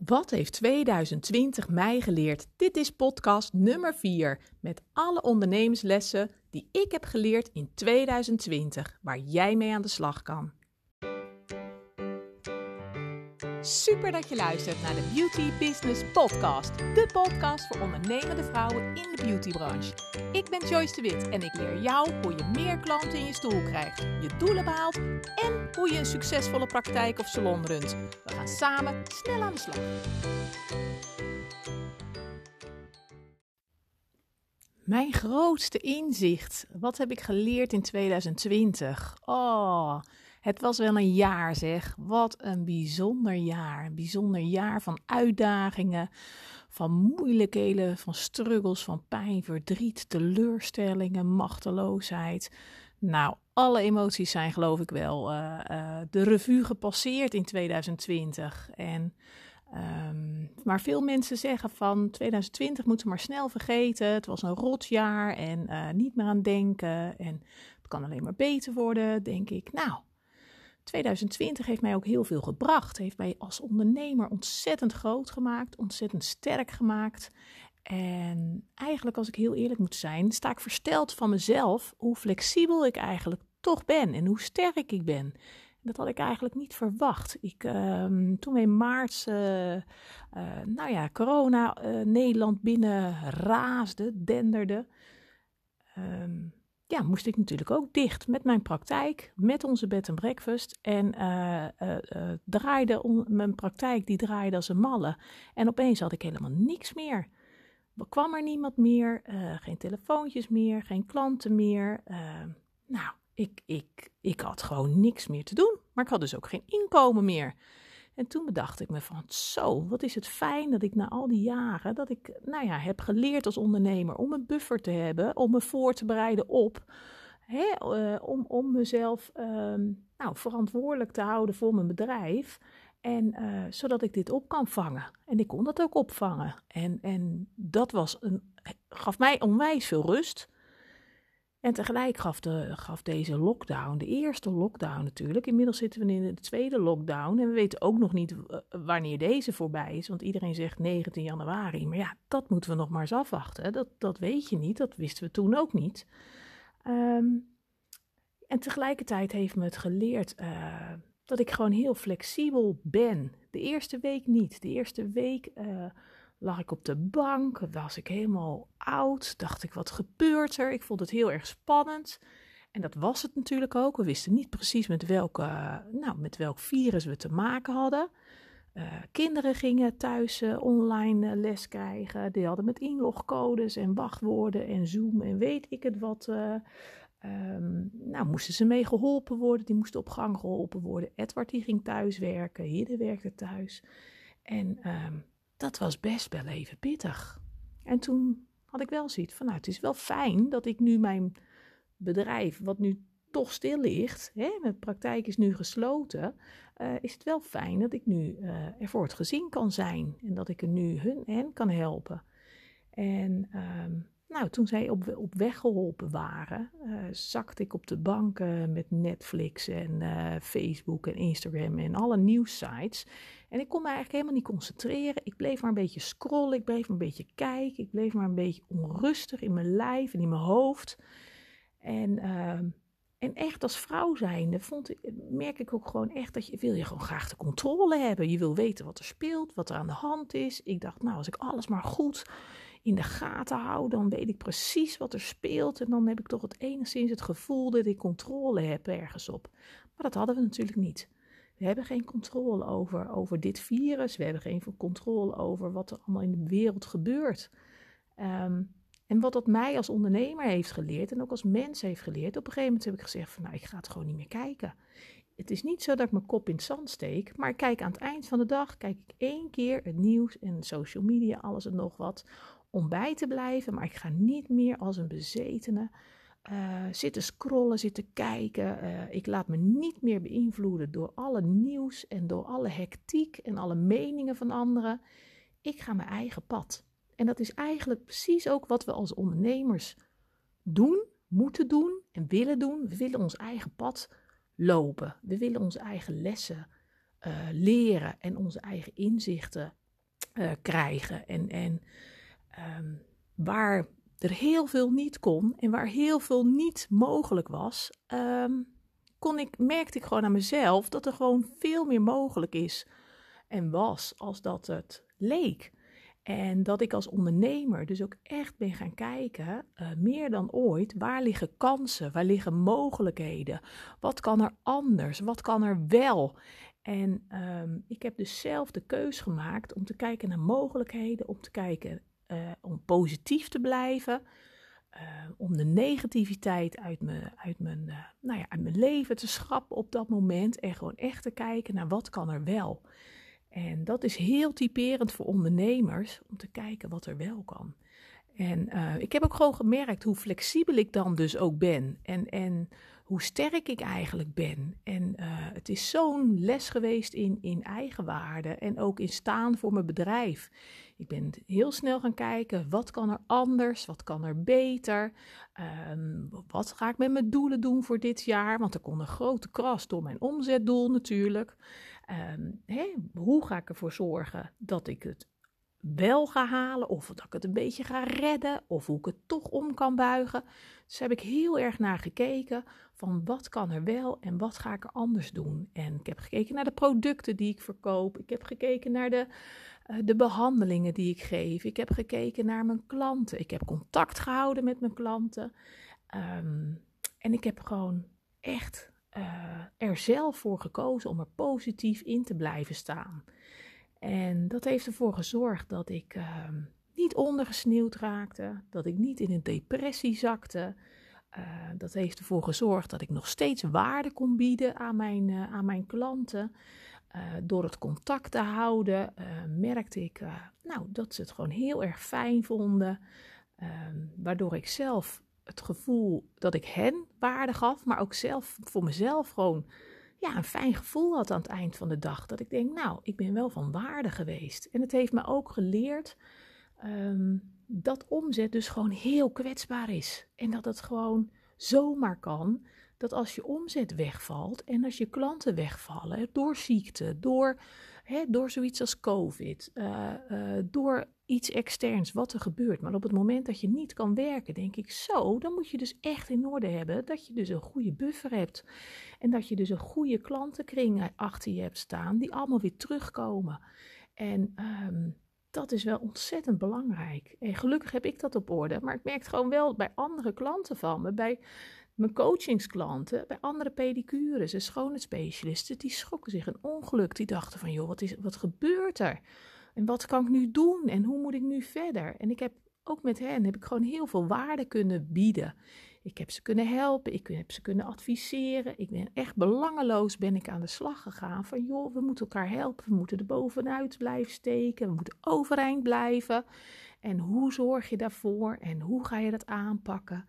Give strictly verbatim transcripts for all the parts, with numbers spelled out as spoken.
Wat heeft tweeduizend twintig mij geleerd? Dit is podcast nummer vier met alle ondernemerslessen die ik heb geleerd in tweeduizend twintig, waar jij mee aan de slag kan. Super dat je luistert naar de Beauty Business Podcast, de podcast voor ondernemende vrouwen in de beautybranche. Ik ben Joyce de Wit en ik leer jou hoe je meer klanten in je stoel krijgt, je doelen behaalt en hoe je een succesvolle praktijk of salon runt. We gaan samen snel aan de slag. Mijn grootste inzicht, wat heb ik geleerd in tweeduizend twintig? Oh, het was wel een jaar zeg. Wat een bijzonder jaar. Een bijzonder jaar van uitdagingen, van moeilijkheden, van struggles, van pijn, verdriet, teleurstellingen, machteloosheid. Nou, alle emoties zijn geloof ik wel uh, uh, de revue gepasseerd in tweeduizend twintig. En, um, maar veel mensen zeggen van tweeduizend twintig moeten we maar snel vergeten. Het was een rotjaar en uh, niet meer aan denken. En het kan alleen maar beter worden, denk ik. Nou, tweeduizend twintig heeft mij ook heel veel gebracht. Heeft mij als ondernemer ontzettend groot gemaakt, ontzettend sterk gemaakt. En eigenlijk, als ik heel eerlijk moet zijn, sta ik versteld van mezelf hoe flexibel ik eigenlijk toch ben en hoe sterk ik ben. Dat had ik eigenlijk niet verwacht. Ik, uh, toen we in maart, uh, uh, nou ja, corona uh, Nederland binnen raasde, denderde, um, ja, moest ik natuurlijk ook dicht met mijn praktijk, met onze bed and breakfast. En uh, uh, uh, draaide on, mijn praktijk, die draaide als een malle. En opeens had ik helemaal niks meer. Er kwam er niemand meer, uh, geen telefoontjes meer, geen klanten meer. Uh, nou, ik, ik, ik had gewoon niks meer te doen, maar ik had dus ook geen inkomen meer. En toen bedacht ik me van, zo, wat is het fijn dat ik na al die jaren, dat ik, nou ja, heb geleerd als ondernemer om een buffer te hebben, om me voor te bereiden op, hè, uh, om, om mezelf uh, nou, verantwoordelijk te houden voor mijn bedrijf. En uh, zodat ik dit op kan vangen. En ik kon dat ook opvangen. En, en dat was een, gaf mij onwijs veel rust. En tegelijk gaf, de, gaf deze lockdown, de eerste lockdown natuurlijk. Inmiddels zitten we in de tweede lockdown. En we weten ook nog niet uh, wanneer deze voorbij is. Want iedereen zegt negentien januari. Maar ja, dat moeten we nog maar eens afwachten. Dat, dat weet je niet. Dat wisten we toen ook niet. Um, en tegelijkertijd heeft me het geleerd Uh, dat ik gewoon heel flexibel ben. De eerste week niet. De eerste week uh, lag ik op de bank, was ik helemaal oud. Dacht ik, wat gebeurt er? Ik vond het heel erg spannend. En dat was het natuurlijk ook. We wisten niet precies met, welke, uh, nou, met welk virus we te maken hadden. Uh, kinderen gingen thuis uh, online uh, les krijgen. Die hadden met inlogcodes en wachtwoorden en Zoom en weet ik het wat. Uh, Um, nou, moesten ze mee geholpen worden. Die moesten op gang geholpen worden. Edward die ging thuis werken. Hidde werkte thuis. En um, dat was best wel even pittig. En toen had ik wel zoiets van, nou, het is wel fijn dat ik nu mijn bedrijf, wat nu toch stil ligt, hè, mijn praktijk is nu gesloten, uh, is het wel fijn dat ik nu uh, er voor het gezin kan zijn. En dat ik er nu hun, hen kan helpen. En Um, Nou, toen zij op, op weg geholpen waren, uh, zakte ik op de bank uh, met Netflix en uh, Facebook en Instagram en alle nieuwssites. En ik kon me eigenlijk helemaal niet concentreren. Ik bleef maar een beetje scrollen, ik bleef maar een beetje kijken. Ik bleef maar een beetje onrustig in mijn lijf en in mijn hoofd. En, uh, en echt als vrouw zijnde vond ik, merk ik ook gewoon echt dat je wil je gewoon graag de controle hebben. Je wil weten wat er speelt, wat er aan de hand is. Ik dacht, nou, als ik alles maar goed in de gaten hou, dan weet ik precies wat er speelt. En dan heb ik toch het enigszins het gevoel dat ik controle heb ergens op. Maar dat hadden we natuurlijk niet. We hebben geen controle over, over dit virus. We hebben geen controle over wat er allemaal in de wereld gebeurt. Um, en wat dat mij als ondernemer heeft geleerd en ook als mens heeft geleerd. Op een gegeven moment heb ik gezegd van, nou, ik ga het gewoon niet meer kijken. Het is niet zo dat ik mijn kop in het zand steek, maar ik kijk aan het eind van de dag, kijk ik één keer het nieuws en social media, alles en nog wat, om bij te blijven. Maar ik ga niet meer als een bezetene uh, zitten scrollen, zitten kijken. Uh, ik laat me niet meer beïnvloeden door alle nieuws en door alle hectiek en alle meningen van anderen. Ik ga mijn eigen pad. En dat is eigenlijk precies ook wat we als ondernemers doen, moeten doen en willen doen. We willen ons eigen pad lopen. We willen onze eigen lessen uh, leren en onze eigen inzichten uh, krijgen. En, en um, waar er heel veel niet kon en waar heel veel niet mogelijk was, um, kon ik, merkte ik gewoon aan mezelf dat er gewoon veel meer mogelijk is en was als dat het leek. En dat ik als ondernemer dus ook echt ben gaan kijken, uh, meer dan ooit, waar liggen kansen, waar liggen mogelijkheden? Wat kan er anders? Wat kan er wel? En um, ik heb dus zelf de keus gemaakt om te kijken naar mogelijkheden, om te kijken, uh, om positief te blijven, uh, om de negativiteit uit mijn, uit, mijn, uh, nou ja, uit mijn leven te schrappen op dat moment en gewoon echt te kijken naar wat kan er wel. En dat is heel typerend voor ondernemers, om te kijken wat er wel kan. En uh, ik heb ook gewoon gemerkt hoe flexibel ik dan dus ook ben. En, en hoe sterk ik eigenlijk ben. En uh, het is zo'n les geweest in, in eigenwaarde en ook in staan voor mijn bedrijf. Ik ben heel snel gaan kijken, wat kan er anders, wat kan er beter? Um, wat ga ik met mijn doelen doen voor dit jaar? Want er kon een grote kras door mijn omzetdoel natuurlijk. Um, hè, hoe ga ik ervoor zorgen dat ik het wel ga halen, of dat ik het een beetje ga redden, of hoe ik het toch om kan buigen. Dus heb ik heel erg naar gekeken van wat kan er wel en wat ga ik er anders doen. En ik heb gekeken naar de producten die ik verkoop. Ik heb gekeken naar de, uh, de behandelingen die ik geef. Ik heb gekeken naar mijn klanten. Ik heb contact gehouden met mijn klanten. Um, en ik heb gewoon echt uh, er zelf voor gekozen om er positief in te blijven staan. En dat heeft ervoor gezorgd dat ik uh, niet ondergesneeuwd raakte, dat ik niet in een depressie zakte. Uh, dat heeft ervoor gezorgd dat ik nog steeds waarde kon bieden aan mijn, uh, aan mijn klanten. Uh, door het contact te houden uh, merkte ik uh, nou, dat ze het gewoon heel erg fijn vonden. Uh, waardoor ik zelf het gevoel dat ik hen waarde gaf, maar ook zelf voor mezelf gewoon ja, een fijn gevoel had aan het eind van de dag. Dat ik denk, nou, ik ben wel van waarde geweest. En het heeft me ook geleerd um, dat omzet dus gewoon heel kwetsbaar is. En dat het gewoon zomaar kan dat als je omzet wegvalt en als je klanten wegvallen door ziekte, door, hè, door zoiets als COVID, uh, uh, door iets externs, wat er gebeurt. Maar op het moment dat je niet kan werken, denk ik zo, dan moet je dus echt in orde hebben dat je dus een goede buffer hebt. En dat je dus een goede klantenkring achter je hebt staan, die allemaal weer terugkomen. En um, dat is wel ontzettend belangrijk. En gelukkig heb ik dat op orde. Maar ik merk gewoon wel bij andere klanten van me, bij mijn coachingsklanten, bij andere pedicures en schoonheidsspecialisten, die schrokken zich een ongeluk. Die dachten van, joh, wat, is, wat gebeurt er? En wat kan ik nu doen? En hoe moet ik nu verder? En ik heb ook met hen heb ik gewoon heel veel waarde kunnen bieden. Ik heb ze kunnen helpen, ik heb ze kunnen adviseren. Ik ben echt belangeloos ben ik aan de slag gegaan van, joh, we moeten elkaar helpen. We moeten er bovenuit blijven steken. We moeten overeind blijven. En hoe zorg je daarvoor? En hoe ga je dat aanpakken?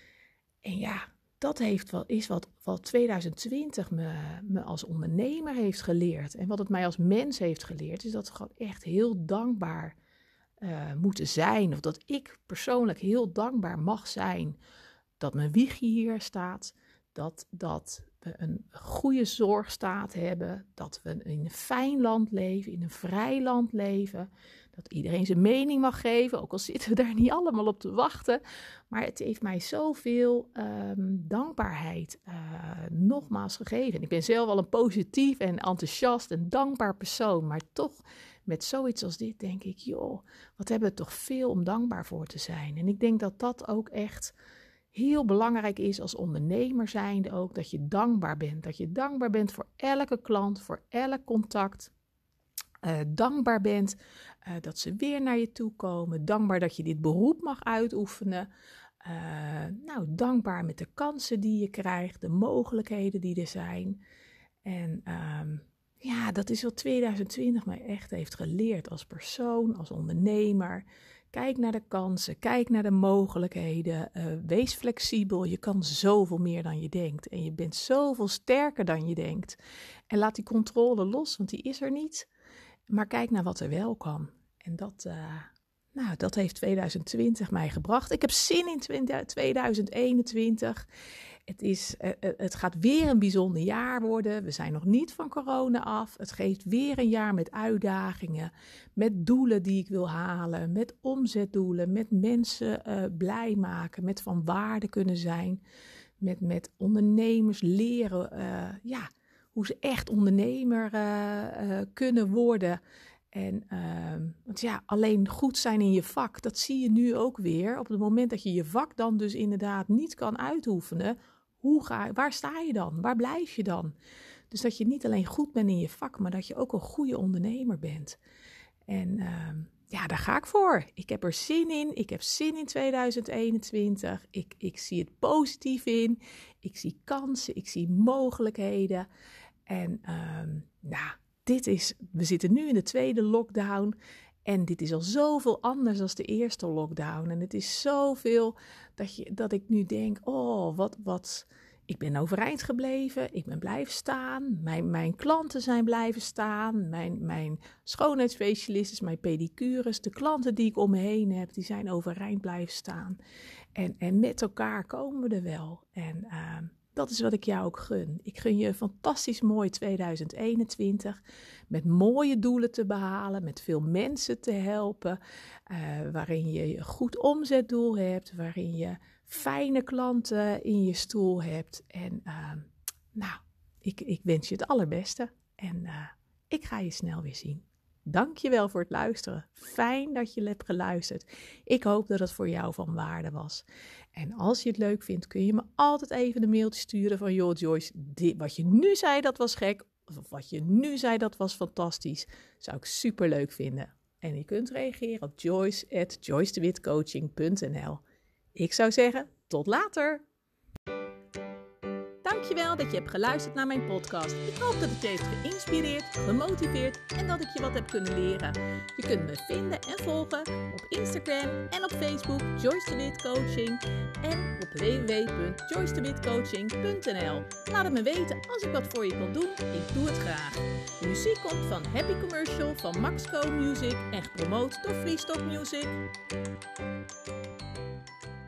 En ja, dat heeft wel, is wat, wat twintig twintig me, me als ondernemer heeft geleerd. En wat het mij als mens heeft geleerd, is dat we gewoon echt heel dankbaar uh, moeten zijn. Of dat ik persoonlijk heel dankbaar mag zijn dat mijn wiegje hier staat. Dat, dat we een goede zorgstaat hebben. Dat we in een fijn land leven, in een vrij land leven. Dat iedereen zijn mening mag geven, ook al zitten we daar niet allemaal op te wachten. Maar het heeft mij zoveel um, dankbaarheid uh, nogmaals gegeven. En ik ben zelf al een positief en enthousiast en dankbaar persoon. Maar toch, met zoiets als dit denk ik, joh, wat hebben we toch veel om dankbaar voor te zijn. En ik denk dat dat ook echt heel belangrijk is als ondernemer zijnde ook. Dat je dankbaar bent. Dat je dankbaar bent voor elke klant, voor elk contact. Uh, dankbaar bent uh, dat ze weer naar je toe komen. Dankbaar dat je dit beroep mag uitoefenen. Uh, nou, dankbaar met de kansen die je krijgt, de mogelijkheden die er zijn. En um, ja, dat is wat twintig twintig mij echt heeft geleerd als persoon, als ondernemer. Kijk naar de kansen, kijk naar de mogelijkheden. Uh, wees flexibel, je kan zoveel meer dan je denkt. En je bent zoveel sterker dan je denkt. En laat die controle los, want die is er niet. Maar kijk naar wat er wel kan. En dat, uh, Nou, dat heeft twintig twintig mij gebracht. Ik heb zin in twintig eenentwintig. Het, is, uh, het gaat weer een bijzonder jaar worden. We zijn nog niet van corona af. Het geeft weer een jaar met uitdagingen, met doelen die ik wil halen, met omzetdoelen, met mensen uh, blij maken, met van waarde kunnen zijn, met, met ondernemers leren uh, ja, hoe ze echt ondernemer uh, uh, kunnen worden. En, uh, want ja, alleen goed zijn in je vak, dat zie je nu ook weer. Op het moment dat je je vak dan dus inderdaad niet kan uitoefenen, hoe ga, waar sta je dan? Waar blijf je dan? Dus dat je niet alleen goed bent in je vak, maar dat je ook een goede ondernemer bent. En uh, ja, daar ga ik voor. Ik heb er zin in. Ik heb zin in twintig eenentwintig. Ik, ik zie het positief in. Ik zie kansen. Ik zie mogelijkheden. En uh, nou... Dit is, we zitten nu in de tweede lockdown en dit is al zoveel anders dan de eerste lockdown. En het is zoveel dat, je, dat ik nu denk, oh, wat, wat, ik ben overeind gebleven, ik ben blijven staan, mijn, mijn klanten zijn blijven staan, mijn, mijn schoonheidsspecialisten, mijn pedicures, de klanten die ik om me heen heb, die zijn overeind blijven staan. En, en met elkaar komen we er wel. En uh, dat is wat ik jou ook gun. Ik gun je een fantastisch mooi twintig eenentwintig. Met mooie doelen te behalen. Met veel mensen te helpen. Uh, waarin je een goed omzetdoel hebt. Waarin je fijne klanten in je stoel hebt. En uh, nou, ik, ik wens je het allerbeste. En uh, ik ga je snel weer zien. Dank je wel voor het luisteren. Fijn dat je hebt geluisterd. Ik hoop dat het voor jou van waarde was. En als je het leuk vindt, kun je me altijd even een mailtje sturen van... joh Joyce, dit, wat je nu zei dat was gek. Of wat je nu zei dat was fantastisch. Zou ik super leuk vinden. En je kunt reageren op joyce at joyce de wit coaching punt n l. Ik zou zeggen, tot later! Dankjewel dat je hebt geluisterd naar mijn podcast. Ik hoop dat het je heeft geïnspireerd, gemotiveerd en dat ik je wat heb kunnen leren. Je kunt me vinden en volgen op Instagram en op Facebook Joyce de Wit Coaching en op w w w punt joyce de wit coaching punt n l. Laat het me weten als ik wat voor je kan doen. Ik doe het graag. De muziek komt van Happy Commercial van Maxco Music en gepromoot door Freestock Music.